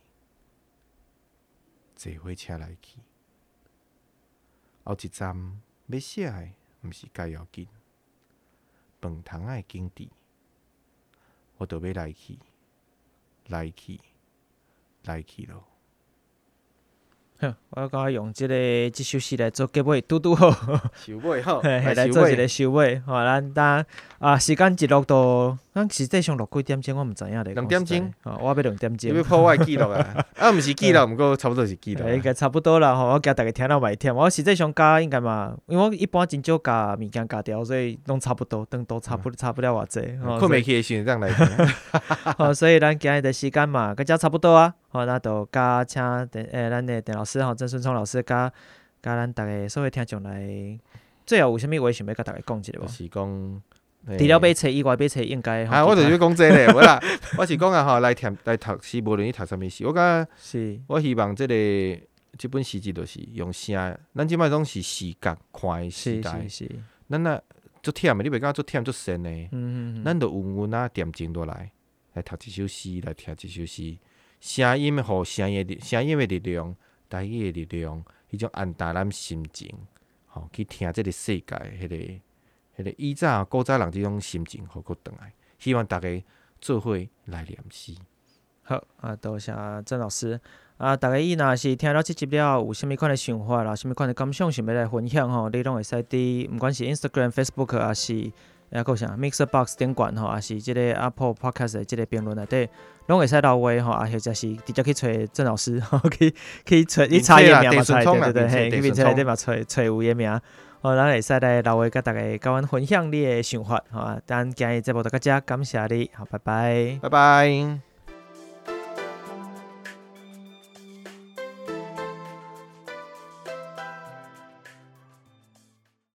坐火车来去。后一站要写的，毋是介要紧，饭堂仔的景致，我就要来去咯。 我感觉用即首诗来做结尾，拄好。 收尾好， 来做一个收尾。吼，咱当时间一录到，咱实际上录几点钟，我毋知影咧。 2点钟， 我要2点钟。 你要破坏记录啊？毋是记录，毋过差不多是记录。 应该差不多啦，吼，我惊大家听到袂忝。我实际上加应该嘛，因为我一般真少加物件加掉，所以拢差不多，都差不了偌济。 困袂起的时阵，当来听。 吼，所以咱今日的时间嘛，甲遮差不多啊。吼，那就甲请咱的郑老师吼，郑顺聪老师甲咱逐个所有听众来，最后有啥物话想要甲大家讲一下无？ 是讲， 除了买册以外，买册应该我就是要讲这个，无啦，我是讲啊吼，来读诗，无论你读啥物诗，我感觉是， 我希望即本诗集就是用声，咱即摆拢是视觉看的时代， 是， 咱若足忝的，你袂感觉足忝足闲的，咱就稳稳啊恬静落来读一首诗，来听一首诗。声音互声音的力量，台语的力量，迄种安达咱心情，吼去听即个世界迄个以早古早人即种心情，互佫转来。希望大家做伙来念诗。 好多谢郑老师大家若是听了即集了，有啥物款的想法啦，啥物款的感想想要来分享吼，你拢会使伫，毋管是 Instagram、Facebook 还是。还啥 Mixerbox 顶悬吼，也是即个 Apple Podcast 的即个评论内底，拢会使留话吼，或者是直接去找郑老师吼，去找你查伊名嘛，查对，嘿，去面册内底嘛找有伊名，吼，咱会使来留话甲大家甲阮分享你的想法，吼，咱今日节目就到遮，感谢你，好，拜拜， 拜拜。